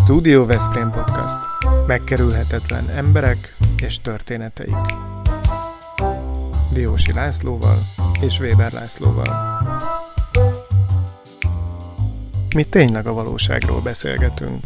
Studio Veszprém Podcast. Megkerülhetetlen emberek és történeteik. Diósi Lászlóval és Weber Lászlóval. Mi tényleg a valóságról beszélgetünk.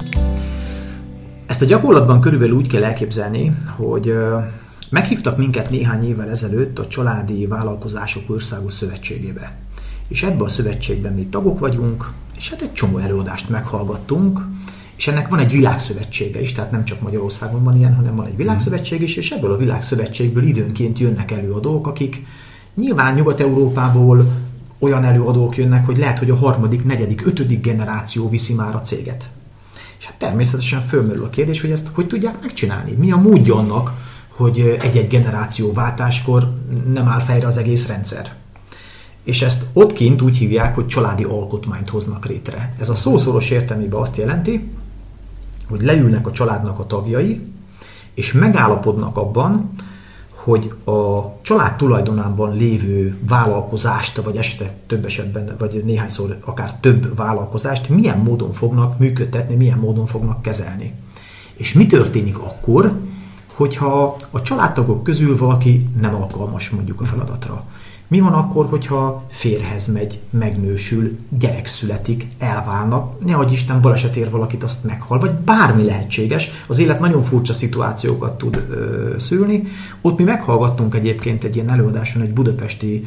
Ezt a gyakorlatban körülbelül úgy kell elképzelni, hogy meghívtak minket néhány évvel ezelőtt a Családi Vállalkozások Országos Szövetségébe. És ebben a szövetségben mi tagok vagyunk, és hát egy csomó előadást meghallgattunk, és ennek van egy világszövetsége is, tehát nem csak Magyarországon van ilyen, hanem van egy világszövetség is, és ebből a világszövetségből időnként jönnek előadók, akik nyilván Nyugat-Európából olyan előadók jönnek, hogy lehet, hogy a harmadik, negyedik, ötödik generáció viszi már a céget. És hát természetesen fölmerül a kérdés, hogy ezt hogy tudják megcsinálni. Mi a módja annak, hogy egy-egy generációváltáskor nem áll fejre az egész rendszer. És ezt ott kint úgy hívják, hogy családi alkotmányt hoznak létre. Ez a szószoros értelmében azt jelenti, hogy leülnek a családnak a tagjai, és megállapodnak abban, hogy a család tulajdonában lévő vállalkozást, vagy esetleg több esetben, vagy néhányszor akár több vállalkozást milyen módon fognak működtetni, milyen módon fognak kezelni. És mi történik akkor, hogyha a családtagok közül valaki nem alkalmas mondjuk a feladatra? Mi van akkor, hogyha férjhez megy, megnősül, gyerek születik, elválnak, nehogy Isten baleset ér valakit, azt meghal, vagy bármi lehetséges. Az élet nagyon furcsa szituációkat tud szülni. Ott mi meghallgattunk egyébként egy ilyen előadáson egy budapesti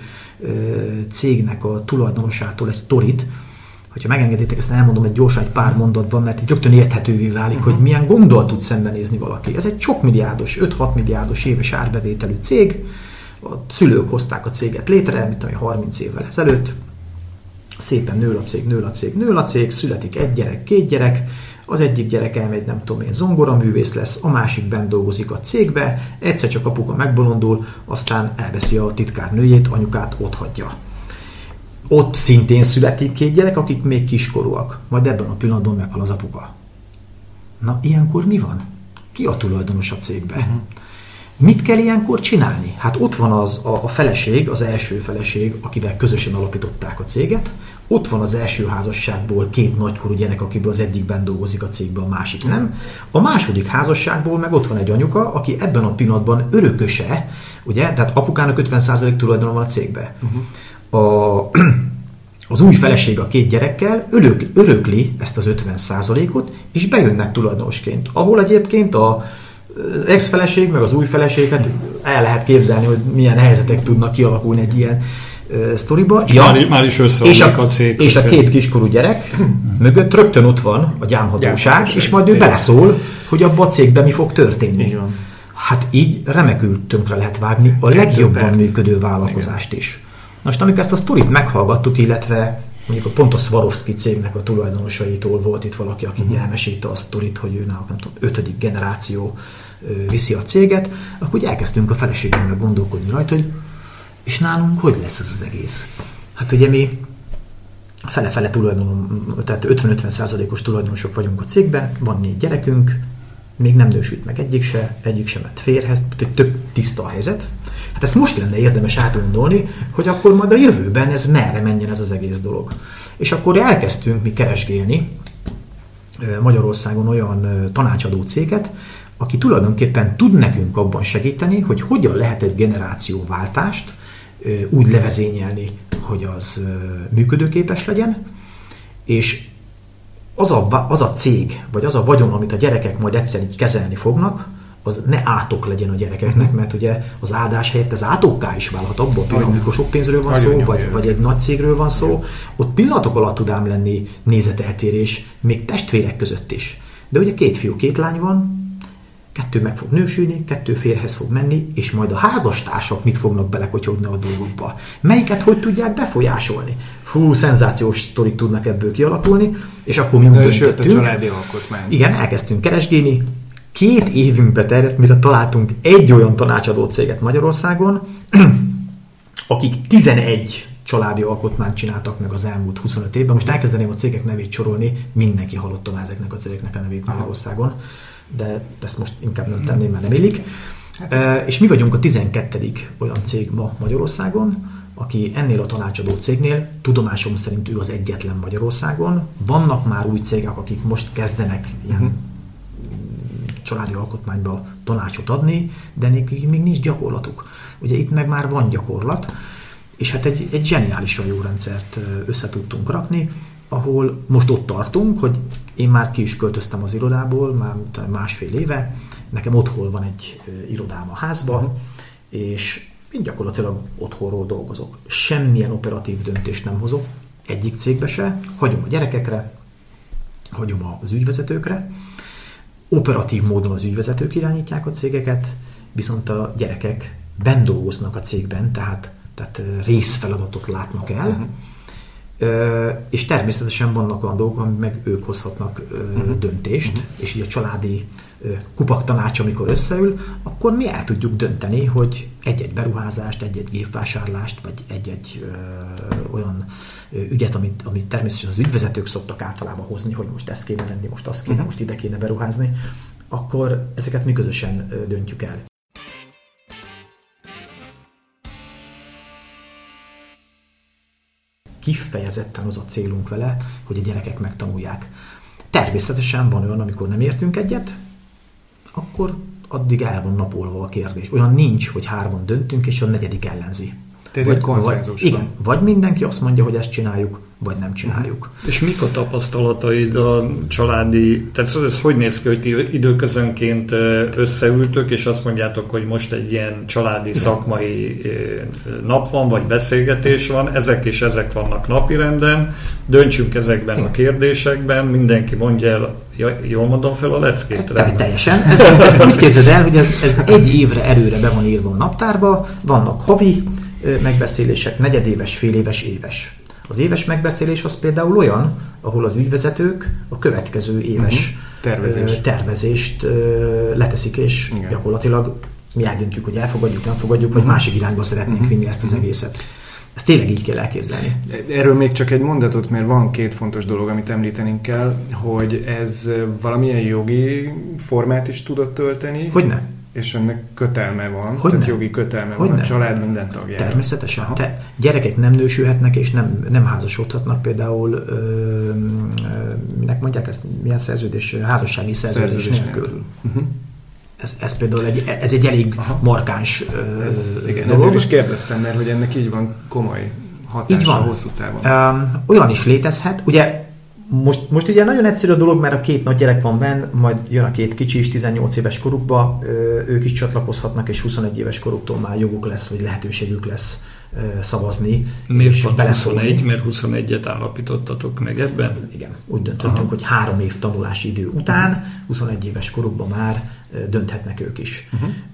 cégnek a tulajdonosától egy sztorit. Hogyha megengeditek, ezt elmondom egy pár mondatban, mert így rögtön érthetővé válik, hogy milyen gonddal tud szembenézni valaki. Ez egy sok milliárdos, 5-6 milliárdos éves árbevételű cég. A szülők hozták a céget létre, mint ami 30 évvel ezelőtt. Szépen nő a cég, születik egy gyerek, 2 gyerek, az egyik gyerek elmegy, nem tudom én, zongoraművész lesz, a másik bent dolgozik a cégbe, egyszer csak apuka megbolondul, aztán elveszi a titkárnőjét, anyukát otthagyja. Ott szintén születik 2 gyerek, akik még kiskorúak, majd ebben a pillanatban meghal az apuka. Na, ilyenkor mi van? Ki a tulajdonos a cégbe? Mit kell ilyenkor csinálni? Hát ott van a feleség, az első feleség, akivel közösen alapították a céget. Ott van az első házasságból 2 nagykorú gyerek, akiből az egyikben dolgozik a cégben, a másik nem. A második házasságból meg ott van egy anyuka, aki ebben a pillanatban örököse, ugye? Tehát apukának 50% tulajdona van a cégben. Az új feleség a 2 gyerekkel örökli ezt az 50%-ot, és bejönnek tulajdonosként. Ahol egyébként a ex-feleség, meg az új feleséget el lehet képzelni, hogy milyen helyzetek tudnak kialakulni egy ilyen sztoriba. Már is összeadják a cég. És a 2 kiskorú gyerek mögött rögtön ott van a gyámhatóság, és majd ő beleszól, hogy abban a cégben mi fog történni. Hát így remekül tönkre lehet vágni a legjobban működő vállalkozást is. Most amikor ezt a sztorit meghallgattuk, illetve mondjuk pont a Swarovski cégnek a tulajdonosaitól volt itt valaki, aki elmesélte a sztorit, hogy ő nem tudom, 5. generáció viszi a céget, akkor úgy elkezdtünk a feleségemmel gondolkodni rajta, hogy és nálunk hogy lesz ez az egész? Hát ugye mi fele-fele tehát 50-50%-os tulajdonosok vagyunk a cégben, van 4 gyerekünk, még nem nősült meg egyik se ment férjhez, tök tiszta a helyzet. Hát ezt most lenne érdemes átgondolni, hogy akkor majd a jövőben ez merre menjen ez az egész dolog. És akkor elkezdtünk mi keresgélni Magyarországon olyan tanácsadó céget, aki tulajdonképpen tud nekünk abban segíteni, hogy hogyan lehet egy generációváltást úgy levezényelni, hogy az működőképes legyen, és az a cég, vagy az a vagyon, amit a gyerekek majd egyszer így kezelni fognak, az ne átok legyen a gyerekeknek, mert ugye az áldás helyett az átokká is válhat abban, amikor sok pénzről van szó, vagy egy nagy cégről van szó, ott pillanatok alatt tud ám lenni nézeteltérés, még testvérek között is. De ugye 2 fiú, 2 lány van, 2 meg fog nősülni, 2 férjhez fog menni, és majd a házastársak mit fognak belekotyogni a dolgokba. Melyiket hogy tudják befolyásolni? Szenzációs sztorik tudnak ebből kialakulni, és akkor mi döntöttünk. Igen, elkezdtünk keresgélni. 2 évünkbe terjedt, mire találtunk egy olyan tanácsadó céget Magyarországon, akik 11 családi alkotmányt csináltak meg az elmúlt 25 évben. Most elkezdeném a cégek nevét sorolni, mindenki hallotta már ezeknek a cégeknek a nevét Magyarországon, de ezt most inkább nem tenném, mert nem illik. És mi vagyunk a 12. olyan cég ma Magyarországon, aki ennél a tanácsadó cégnél, tudomásom szerint ő az egyetlen Magyarországon. Vannak már új cégek, akik most kezdenek ilyen családi alkotmányba tanácsot adni, de nekik még nincs gyakorlatuk. Ugye itt meg már van gyakorlat, és hát egy zseniálisan jó rendszert össze tudtunk rakni, ahol most ott tartunk, hogy én már ki is költöztem az irodából, már másfél éve, nekem otthon van egy irodám a házban, és én gyakorlatilag otthonról dolgozok. Semmilyen operatív döntést nem hozok, egyik cégbe se, hagyom a gyerekekre, hagyom az ügyvezetőkre. Operatív módon az ügyvezetők irányítják a cégeket, viszont a gyerekek benn dolgoznak a cégben, tehát részfeladatot látnak el, és természetesen vannak olyan dolgok, amik meg ők hozhatnak döntést, és így a családi kupaktanács, amikor összeül, akkor mi el tudjuk dönteni, hogy egy-egy beruházást, egy-egy gépvásárlást, vagy egy-egy olyan ügyet, amit természetesen az ügyvezetők szoktak általában hozni, hogy most ezt kéne venni, most azt kéne, most ide kéne beruházni, akkor ezeket mi közösen döntjük el. Kifejezetten az a célunk vele, hogy a gyerekek megtanulják. Természetesen van olyan, amikor nem értünk egyet, akkor addig el van napolva a kérdés. Olyan nincs, hogy 3 döntünk, és a 4. ellenzi. Tehát konszenzus. Igen, vagy mindenki azt mondja, hogy ezt csináljuk, vagy nem csináljuk. És mik a tapasztalataid a családi, tehát ez hogy néz ki, hogy időközönként összeültök, és azt mondjátok, hogy most egy ilyen családi szakmai nap van, vagy beszélgetés van, ezek és ezek vannak napirenden, döntsünk ezekben a kérdésekben, mindenki mondja el, jól mondom fel a leckét? Teljesen. Ezt úgy képzeld el, hogy ez 1 évre előre be van írva a naptárba, vannak havi megbeszélések, negyedéves, féléves, éves. Az éves megbeszélés az például olyan, ahol az ügyvezetők a következő éves tervezést leteszik, és gyakorlatilag mi eldöntjük, hogy elfogadjuk, nem fogadjuk, vagy másik irányba szeretnénk vinni ezt az egészet. Ezt tényleg így kell elképzelni. Erről még csak egy mondatot, mert van 2 fontos dolog, amit említenünk kell, hogy ez valamilyen jogi formát is tudott tölteni. Hogyne? És ennek kötelme van, tehát jogi kötelme van a család minden tagjára. Természetesen. Gyerekek nem nősülhetnek és nem házasodhatnak például, minek mondják ezt, milyen szerződés, házassági szerződés nélkül. Ez például egy elég markáns igen, dolog. Ezért is kérdeztem, mert hogy ennek így van komoly hatása hosszú távon. Olyan is létezhet, ugye most ugye nagyon egyszerű a dolog, mert a 2 nagy gyerek van benn, majd jön a 2 kicsi is 18 éves korukba, ők is csatlakozhatnak, és 21 éves koruktól már joguk lesz, vagy lehetőségük lesz szavazni. Miért van 21? Mert 21-et állapítottatok meg ebben? Igen, úgy döntöttünk, hogy 3 év tanulási idő után, 21 éves korukban már dönthetnek ők is.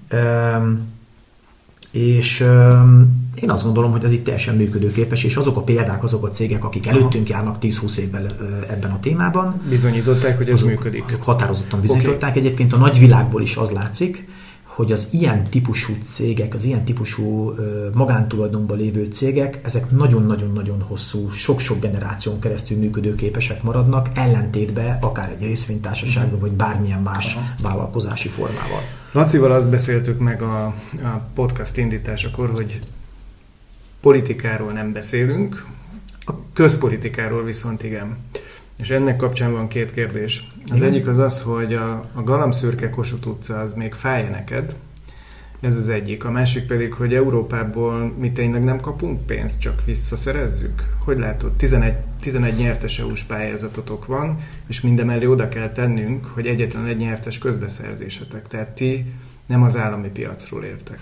És én azt gondolom, hogy ez itt teljesen működőképes, és azok a példák, azok a cégek, akik előttünk járnak 10-20 évvel ebben a témában. Bizonyították, hogy ez működik. Azok határozottan bizonyították. Okay. Egyébként a nagyvilágból is az látszik, hogy az ilyen típusú cégek, az ilyen típusú magántulajdonban lévő cégek, ezek nagyon-nagyon-nagyon hosszú, sok-sok generáción keresztül működőképesek maradnak, ellentétben akár egy részvénytársaságban, vagy bármilyen más vállalkozási formával. Lacival azt beszéltük meg a podcast indításakor, hogy politikáról nem beszélünk, a közpolitikáról viszont igen. És ennek kapcsán van 2 kérdés. Az egyik az, hogy a Galamszürke Kossuth utca az még fáj neked. Ez az egyik. A másik pedig, hogy Európából mi tényleg nem kapunk pénzt, csak visszaszerezzük. Hogy látod, 11 nyertes EU-s pályázatotok van, és mindemellé oda kell tennünk, hogy egyetlen egy nyertes közbeszerzésetek. Tehát ti nem az állami piacról értek.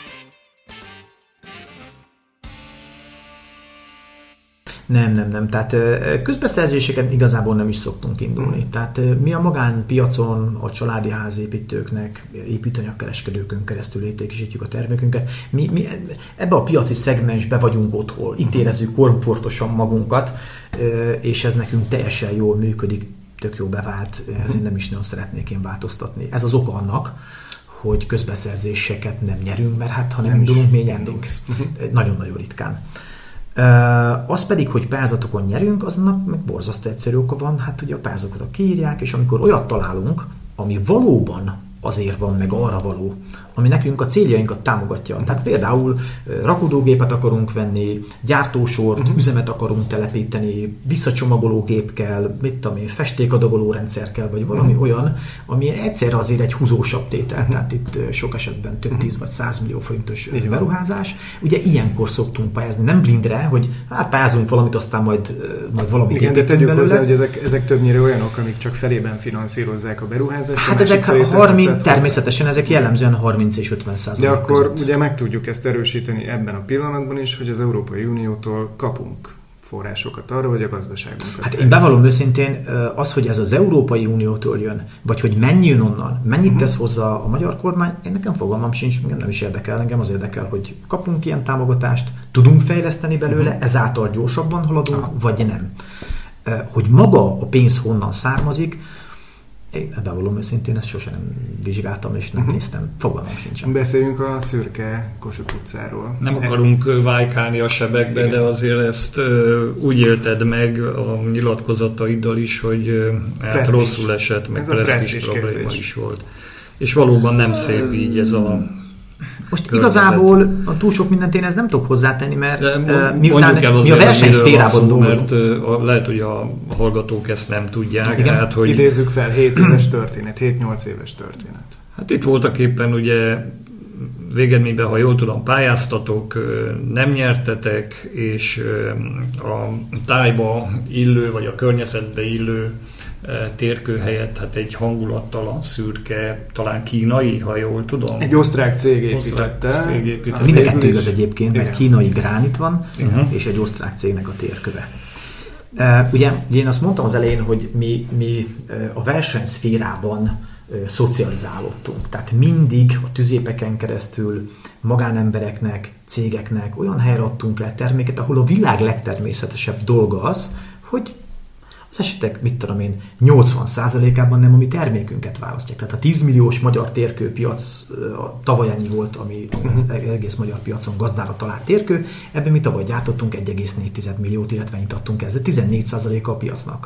Nem. Tehát közbeszerzéseket igazából nem is szoktunk indulni. Tehát mi a magánpiacon a családi házépítőknek, építőanyagkereskedőkön keresztül értékesítjük a termékünket. Mi ebbe a piaci szegmensbe vagyunk otthon. Itt érezzük komfortosan magunkat, és ez nekünk teljesen jól működik, tök jó bevált, ezért nem is nagyon szeretnék én változtatni. Ez az oka annak, hogy közbeszerzéseket nem nyerünk, mert hát ha nem indulunk, mi nyerünk. Nagyon-nagyon ritkán. Az pedig, hogy pályázatokon nyerünk, aznak meg borzasztó egyszerű oka van, hát ugye a pályázatokat kiírják, és amikor olyat találunk, ami valóban azért van, meg arra való, ami nekünk a céljainkat támogatja. Tehát például rakodógépet akarunk venni, gyártósort, üzemet akarunk telepíteni, visszacsomagológép kell, mit tudom én, festékadagoló rendszer kell, vagy valami olyan, ami egyszerre azért egy húzósabb tétel. Tehát itt sok esetben több 10 vagy 100 millió forintos beruházás. Ugye ilyenkor szoktunk pályázni, nem blindre, hogy hát pályázunk valamit, aztán majd valamit igen, de tegyük hozzá, hogy ezek többnyire olyanok, amik csak felében finanszírozzák a beruházást. Hát ezek természetesen ezek jellemzően 30 és 50%. De akkor között. ugye meg tudjuk ezt erősíteni ebben a pillanatban is, hogy az Európai Uniótól kapunk forrásokat arra, hogy a gazdaságunkat. Hát én bevallom őszintén, az, hogy ez az Európai Uniótól jön, vagy hogy mennyi jön onnan, mennyit tesz hozzá a magyar kormány, én nekem fogalmam sincs, nem is érdekel, engem az érdekel, hogy kapunk ilyen támogatást, tudunk fejleszteni belőle, ezáltal gyorsabban haladunk, vagy nem. Hogy maga a pénz honnan származik, én bevallom őszintén, ezt sosem nem vizsgáltam és nem néztem, fogalmam sincsen. Beszéljünk a szürke Kossuth utcáról. Nem akarunk vájkálni a sebekbe, igen. De azért ezt úgy élted meg a nyilatkozataiddal is, hogy hát rosszul esett, meg presztízs probléma is volt. És valóban nem szép így ez a most igazából a túl sok mindent én ezt nem tudok hozzátenni, mert miután mi a versenyszférában dolgozunk. Mert lehet, hogy a hallgatók ezt nem tudják. Igen, tehát, hogy idézzük fel, 7 éves történet, 7-8 éves történet. Hát itt voltak éppen ugye végeredményben, ha jól tudom, pályáztatok, nem nyertetek, és a tájba illő, vagy a környezetbe illő térkő helyett hát egy hangulattalan szürke, talán kínai, ha jól tudom. Egy osztrák cég építette. Mind a kettő igaz egyébként, mert kínai gránit van, és egy osztrák cégnek a térköve. Ugye én azt mondtam az elején, hogy mi a versenyszférában szocializálódtunk. Tehát mindig a tüzépeken keresztül magánembereknek, cégeknek olyan helyre adtunk el terméket, ahol a világ legtermészetesebb dolga az, hogy az esetek, 80%-ában nem a mi termékünket választják. Tehát a 10 milliós magyar térkőpiac tavaly ennyi volt, ami egész magyar piacon gazdára talált térkő, ebben mi tavaly gyártottunk 1,4 milliót, illetve nyitottunk ezt, de 14%-a a piacnak.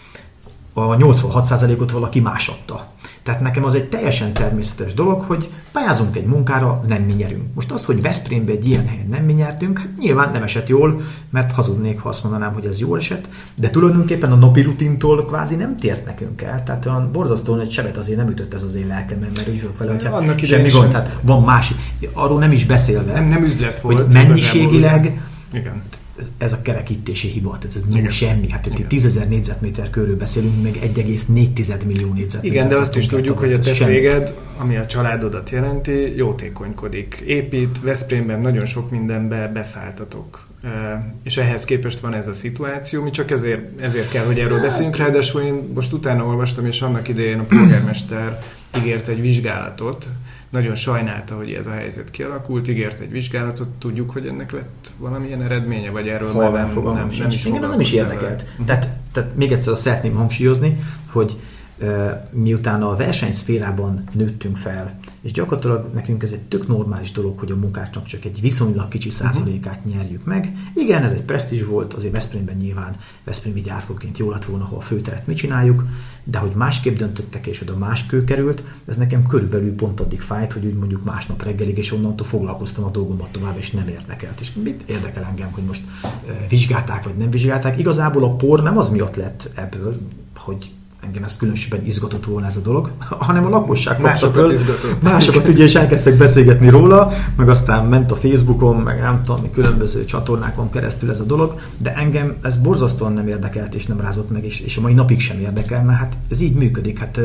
A 86%-ot valaki más adta. Tehát nekem az egy teljesen természetes dolog, hogy pályázunk egy munkára, nem mi nyerünk. Most az, hogy Veszprémben egy ilyen helyen nem mi nyertünk, hát nyilván nem esett jól, mert hazudnék, ha azt mondanám, hogy ez jól esett, de tulajdonképpen a napi rutintól kvázi nem tért nekünk el. Tehát olyan borzasztóan egy sebet azért nem ütött ez az én lelkemben, mert úgy vele, hogyha semmi gond, tehát van másik. Arról nem is beszélve, nem üzlet volt, hogy mennyiségileg igen. Ez a kerekítési hiba, ez nem semmi. Hát itt 10.000 négyzetméter körül beszélünk, meg 1,4 millió négyzetméter. Igen, de azt is tudjuk, hogy a te céged, ami a családodat jelenti, jótékonykodik. Épít, Veszprémben nagyon sok mindenbe beszálltatok. És ehhez képest van ez a szituáció, mi csak ezért kell, hogy erről beszéljünk. Ráadásul én most utána olvastam, és annak idején a polgármester ígért egy vizsgálatot, nagyon sajnálta, hogy ez a helyzet kialakult, ígért egy vizsgálatot, tudjuk, hogy ennek lett valamilyen eredménye, vagy erről már nem is engem nem is érdekelt. Tehát még egyszer azt szeretném hangsúlyozni, hogy miután a versenyszférában nőttünk fel, és gyakorlatilag nekünk ez egy tök normális dolog, hogy a munkáknak csak egy viszonylag kicsi százalékát nyerjük meg. Igen, ez egy presztízs volt, azért Veszprémben nyilván veszprémi gyártóként jó lett volna, ha a főteret mi csináljuk, de hogy másképp döntöttek és oda más kő került, ez nekem körülbelül pont addig fájt, hogy úgy mondjuk másnap reggelig, és onnantól foglalkoztam a dolgomat tovább, és nem érdekelt. És mit érdekel engem, hogy most vizsgálták vagy nem vizsgálták? Igazából a por nem az miatt lett ebből, hogy engem ez különösebben izgatott volna ez a dolog, hanem a lakosság kapta föl. Másokat ugye is elkezdtek beszélgetni róla, meg aztán ment a Facebookon, meg nem tudom, különböző csatornákon keresztül ez a dolog, de engem ez borzasztóan nem érdekelt és nem rázott meg, és a mai napig sem érdekel, mert hát ez így működik. Hát,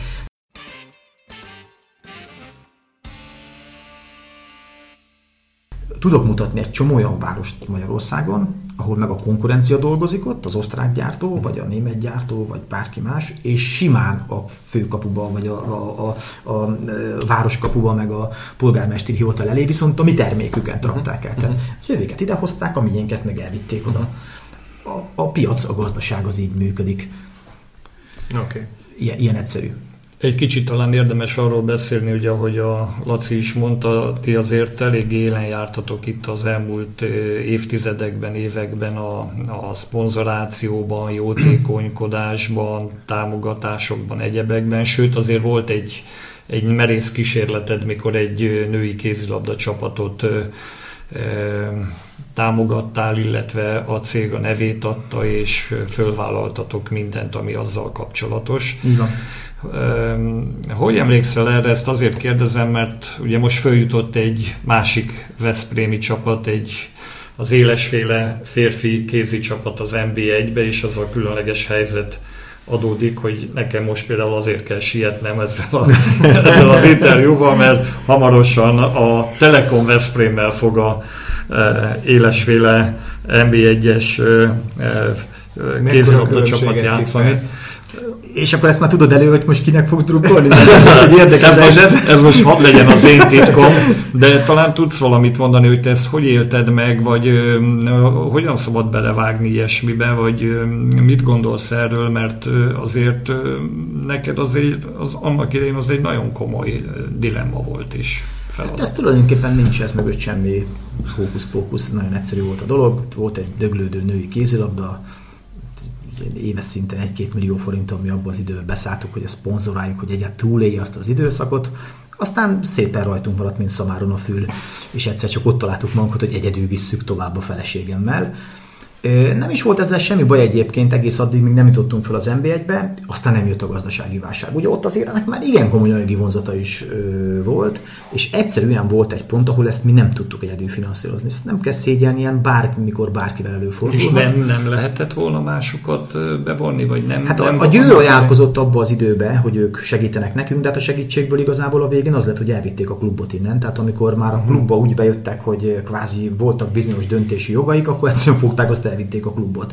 tudok mutatni egy csomó olyan várost Magyarországon, ahol meg a konkurencia dolgozik ott, az osztrák gyártó, vagy a német gyártó, vagy bárki más, és simán a főkapuba, vagy a városkapuba, meg a polgármesteri hivatal elé, viszont a mi terméküket rakták el. Tehát az övéket idehozták, a miénket meg elvitték oda. A piac, a gazdaság az így működik. Okay. Ilyen egyszerű. Egy kicsit talán érdemes arról beszélni, ugye, ahogy a Laci is mondta, ti azért elég élen jártatok itt az elmúlt évtizedekben, években a szponzorációban, jótékonykodásban, támogatásokban, egyebekben, sőt azért volt egy egy merész kísérleted, mikor egy női kézilabda csapatot támogattál, illetve a cég a nevét adta, és fölvállaltatok mindent, ami azzal kapcsolatos. Igen. Hogy emlékszel erre? Ezt azért kérdezem, mert ugye most följutott egy másik veszprémi csapat, az élesféle férfi kézi csapat az NB1-be, és az a különleges helyzet adódik, hogy nekem most például azért kell sietnem ezzel az interjúval, mert hamarosan a Telekom Veszprémmel fog a élesféle NB1-es kézilabda csapat játszani. És akkor ezt már tudod elő, hogy most kinek fogsz drukkolni? Ez most hadd legyen az én titkom, de talán tudsz valamit mondani, hogy te ezt hogy élted meg, vagy hogyan szabad belevágni ilyesmibe, vagy mit gondolsz erről, mert azért neked annak idején az egy nagyon komoly dilemma volt is. Hát ez tulajdonképpen nincs ez mögött semmi hókusz-pókusz, nagyon egyszerű volt a dolog. Volt egy döglődő női kézilabda, éves szinten 1-2 millió forinttal mi abban az időben beszálltuk, hogy a szponzoráljuk, hogy egyáltalán túlélje azt az időszakot. Aztán szépen rajtunk maradt, mint szamáron a fül, és egyszer csak ott találtuk magunkat, hogy egyedül visszük tovább a feleségemmel. Nem is volt ezzel semmi baj egyébként, egész addig még nem jutottunk fel az NB1-be, aztán nem jött a gazdasági válság. Ugye ott azért ennek már igen komoly anyagi vonzata is volt, és egyszerűen volt egy pont, ahol ezt mi nem tudtuk egyedül finanszírozni. Ezt nem kell szégyelni, ilyen bármikor bárkivel előfordulhat. És nem lehetett volna másokat bevonni, vagy nem? Hát nem a Győr ajánlkozott abba az időbe, hogy ők segítenek nekünk, de hát a segítségből igazából a végén az lett, hogy elvitték a klubot innen. Tehát amikor már a klubba úgy bejöttek, hogy kvázi voltak bizonyos döntési jogaik, akkor egyszerűen fogták, azt elvitték a klubot,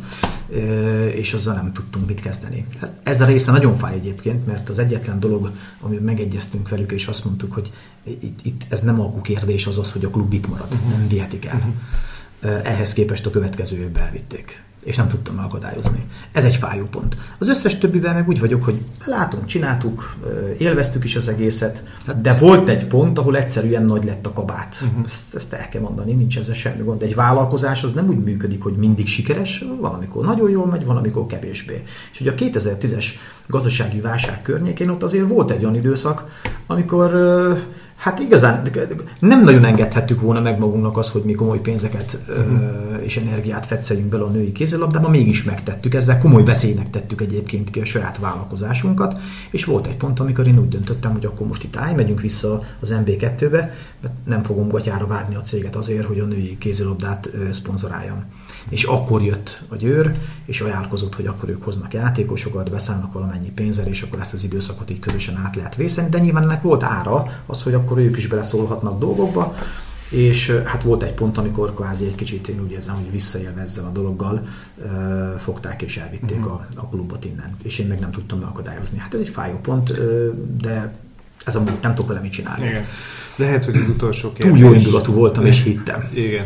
és azzal nem tudtunk mit kezdeni. Ez a része nagyon fáj egyébként, mert az egyetlen dolog, amiben megegyeztünk velük, és azt mondtuk, hogy itt ez nem alkú kérdés, az, hogy a klub itt marad, nem vihetik el. Ehhez képest a következő évben elvitték, és nem tudtam megakadályozni. Ez egy fájó pont. Az összes többivel meg úgy vagyok, hogy látunk, csináltuk, élveztük is az egészet, de volt egy pont, ahol egyszerűen nagy lett a kabát. Ezt el kell mondani, nincs ezzel semmi gond. Egy vállalkozás az nem úgy működik, hogy mindig sikeres, van, amikor nagyon jól megy, van, amikor kevésbé. És ugye a 2010-es gazdasági válság környékén ott azért volt egy olyan időszak, amikor hát igazán nem nagyon engedhettük volna meg magunknak az, hogy mi komoly pénzeket és energiát fetszeljünk bele a női kézilabdába, mégis megtettük. Ezzel komoly veszélynek tettük egyébként ki a saját vállalkozásunkat, és volt egy pont, amikor én úgy döntöttem, hogy akkor most itt megyünk vissza az MB2-be, mert nem fogom gatyára várni a céget azért, hogy a női kézilabdát szponzoráljam. És akkor jött a Győr, és ajánlkozott, hogy akkor ők hoznak játékosokat, beszállnak valamennyi pénzzel, és akkor ezt az időszakot így közösen át lehet vészeni, de nyilván ennek volt ára, az, hogy akkor ők is beleszólhatnak dolgokba, és hát volt egy pont, amikor kvázi egy kicsit, én úgy érzem, hogy visszaélve ezzel a dologgal fogták és elvitték a klubot innen, és én meg nem tudtam megakadályozni. Hát ez egy fájó pont, de ez amúgy nem tudok vele mit csinálni. Igen. Lehet, hogy az utolsó kérdés... Túl jó indulatú voltam, és hittem. Igen.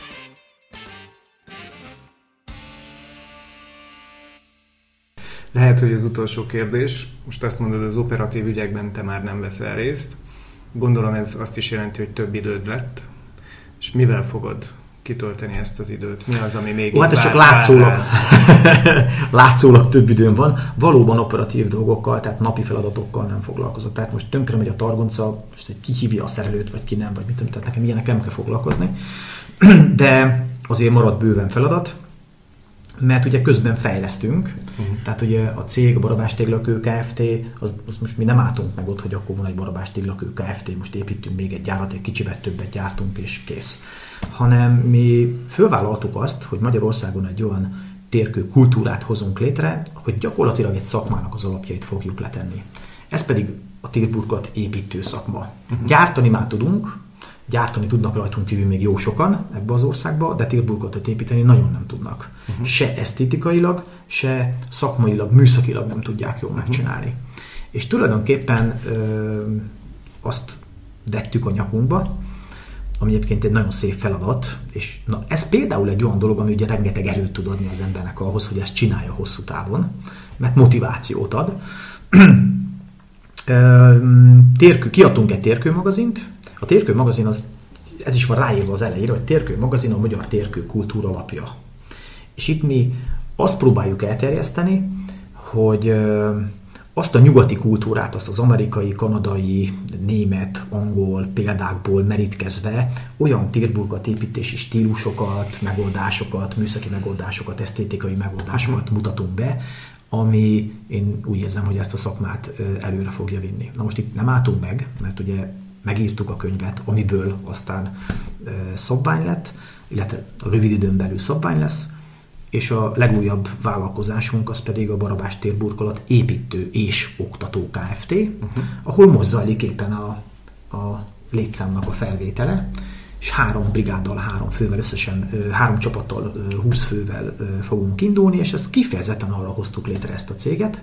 Lehet, hogy az utolsó kérdés, most azt mondod, az operatív ügyekben te már nem veszel részt. Gondolom ez azt is jelenti, hogy több időd lett. És mivel fogod kitölteni ezt az időt? Mi az, ami még... Hát ez csak látszólag több időm van. Valóban operatív dolgokkal, tehát napi feladatokkal nem foglalkozok. Tehát most tönkre megy a targonca, és ki hívja a szerelőt, vagy ki nem, vagy mit tudom, tehát nekem ilyenekkel nem kell foglalkozni. De azért marad bőven feladat, mert ugye közben fejlesztünk, tehát ugye a cég, a Barabás Téglalkő Kft., az most mi nem álltunk meg ott, hogy akkor van egy Barabás Téglalkő Kft., most építünk még egy gyárat, egy kicsivel többet gyártunk és kész. Hanem mi fölvállaltuk azt, hogy Magyarországon egy olyan térkő kultúrát hozunk létre, hogy gyakorlatilag egy szakmának az alapjait fogjuk letenni. Ez pedig a térburkolat építő szakma. Gyártani már tudunk, gyártani tudnak rajtunk kívül még jó sokan ebbe az országba, de térburkolatot építeni nagyon nem tudnak. Se esztétikailag, se szakmailag, műszakilag nem tudják jól megcsinálni. És tulajdonképpen azt vettük a nyakunkba, ami egyébként egy nagyon szép feladat, és na, ez például egy olyan dolog, ami ugye rengeteg erőt tud adni az embernek ahhoz, hogy ezt csinálja hosszú távon, mert motivációt ad. Kiadtunk egy térkőmagazint. A Térkő magazin, ez is van ráírva az elejére, hogy Térkő magazin a magyar térkő kultúra lapja. És itt mi azt próbáljuk elterjeszteni, hogy azt a nyugati kultúrát, azt az amerikai, kanadai, német, angol példákból merítkezve olyan térburkolatépítési stílusokat, megoldásokat, műszaki megoldásokat, esztétikai megoldásokat mutatunk be, ami én úgy érzem, hogy ezt a szakmát előre fogja vinni. Na most itt nem álltunk meg, mert ugye megírtuk a könyvet, amiből aztán szabvány lett, illetve a rövid időn belül szabvány lesz, és a legújabb vállalkozásunk az pedig a Barabás térburkolat építő és oktató Kft., ahol most zajlik éppen a létszámnak a felvétele, és 3 brigáddal, 3 fővel, összesen 3 csapattal, 20 fővel fogunk indulni, és ezt kifejezetten arra hoztuk létre ezt a céget,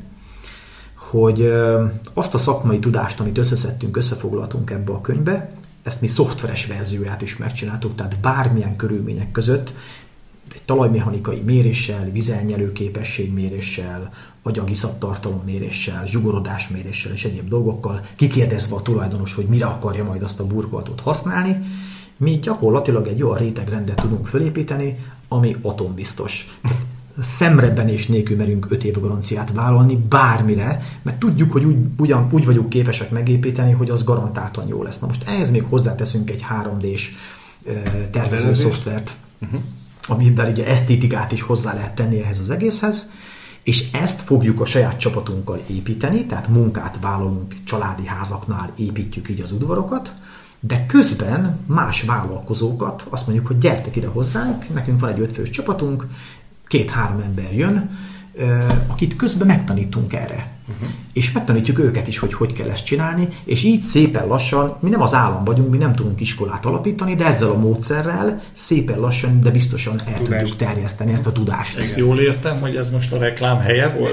hogy azt a szakmai tudást, amit összeszedtünk, összefoglaltunk ebbe a könyvbe, ezt mi szoftveres verzióját is megcsináltuk, tehát bármilyen körülmények között egy talajmechanikai méréssel, vizelnyelő képességméréssel, agyagiszaptartalom méréssel, zsugorodás méréssel és egyéb dolgokkal, kikérdezve a tulajdonos, hogy mire akarja majd azt a burkolatot használni, mi gyakorlatilag egy olyan rétegrendet tudunk felépíteni, ami atombiztos. Szemrebbenés nélkül merünk 5 év garanciát vállalni bármire, mert tudjuk, hogy úgy vagyunk képesek megépíteni, hogy az garantáltan jó lesz. Na most ehhez még hozzáteszünk egy 3D-s tervező szoftvert, amiben ugye esztétikát is hozzá lehet tenni ehhez az egészhez, és ezt fogjuk a saját csapatunkkal építeni, tehát munkát vállalunk családi házaknál, építjük így az udvarokat, de közben más vállalkozókat azt mondjuk, hogy gyertek ide hozzánk, nekünk van egy 5 fős csapatunk, 2-3 ember jön, akit közben megtanítunk erre. És megtanítjuk őket is, hogy kell ezt csinálni, és így szépen lassan, mi nem az állam vagyunk, mi nem tudunk iskolát alapítani, de ezzel a módszerrel szépen lassan, de biztosan el tudjuk terjeszteni ezt a tudást. Ezt jól értem, hogy ez most a reklám helye volt?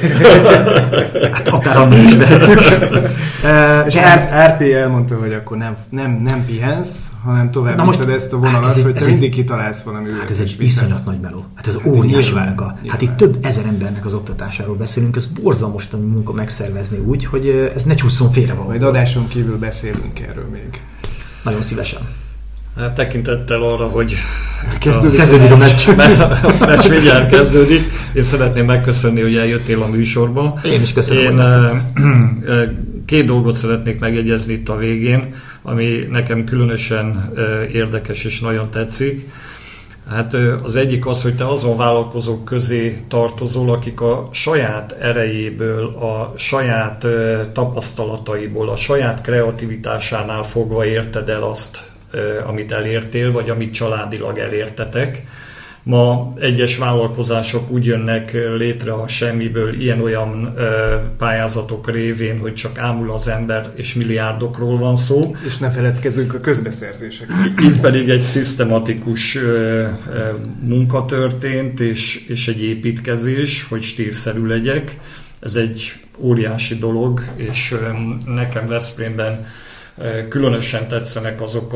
Hát akár annak is vehetjük. És RP elmondta, hogy akkor nem pihensz, hanem tovább viszed ezt a vonalat, hogy te mindig kitalálsz valami újat. Hát ez egy iszonyat nagy meló. Hát ez óriási munka. Hát itt több ezer embernek az oktatásáról beszélünk, ez borzalmas munka megszervezni úgy, hogy ez ne csúszson félre valahol. Majd adáson kívül beszélünk erről még. Nagyon szívesen. Hát tekintettel arra, hogy kezdődik a meccs. A meccs mindjárt kezdődik. Én szeretném megköszönni, hogy eljöttél a műsorba. Én is köszönöm. Én 2 dolgot szeretnék megjegyezni itt a végén, ami nekem különösen érdekes és nagyon tetszik. Hát az egyik az, hogy te azon vállalkozók közé tartozol, akik a saját erejéből, a saját tapasztalataiból, a saját kreativitásánál fogva érted el azt, amit elértél, vagy amit családilag elértetek. Ma egyes vállalkozások úgy jönnek létre a semmiből ilyen-olyan pályázatok révén, hogy csak ámul az ember, és milliárdokról van szó. És ne feledkezzünk a közbeszerzésekről. Itt pedig egy szisztematikus munka történt, és egy építkezés, hogy stílszerű legyek. Ez egy óriási dolog, és nekem Veszprémben különösen tetszenek azok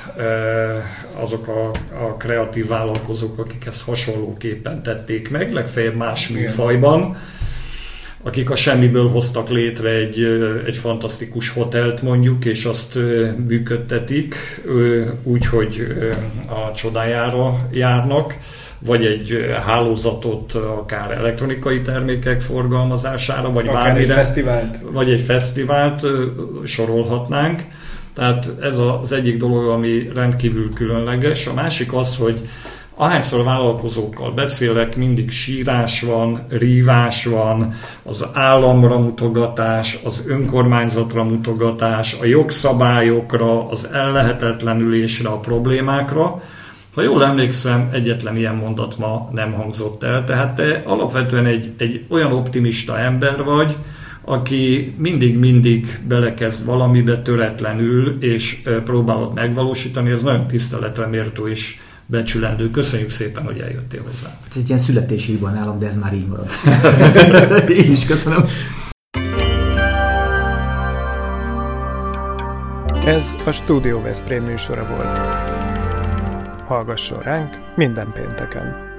a kreatív vállalkozók, akik ezt hasonlóképpen tették meg, legfeljebb más műfajban, akik a semmiből hoztak létre egy fantasztikus hotelt mondjuk, és azt működtetik úgy, hogy a csodájára járnak, vagy egy hálózatot akár elektronikai termékek forgalmazására, vagy akár bármire, vagy egy fesztivált sorolhatnánk. Tehát ez az egyik dolog, ami rendkívül különleges. A másik az, hogy ahányszor vállalkozókkal beszélek, mindig sírás van, rívás van, az államra mutogatás, az önkormányzatra mutogatás, a jogszabályokra, az ellehetetlenülésre, a problémákra. Ha jól emlékszem, egyetlen ilyen mondat ma nem hangzott el, tehát te alapvetően egy olyan optimista ember vagy, aki mindig belekezd valamibe töretlenül, és próbálod megvalósítani, ez nagyon tiszteletre méltó és becsülendő. Köszönjük szépen, hogy eljöttél hozzá. Ez egy ilyen születési hiba nálam, de ez már így marad. Én is köszönöm. Ez a Stúdió Veszprém műsora volt. Hallgasson ránk minden pénteken!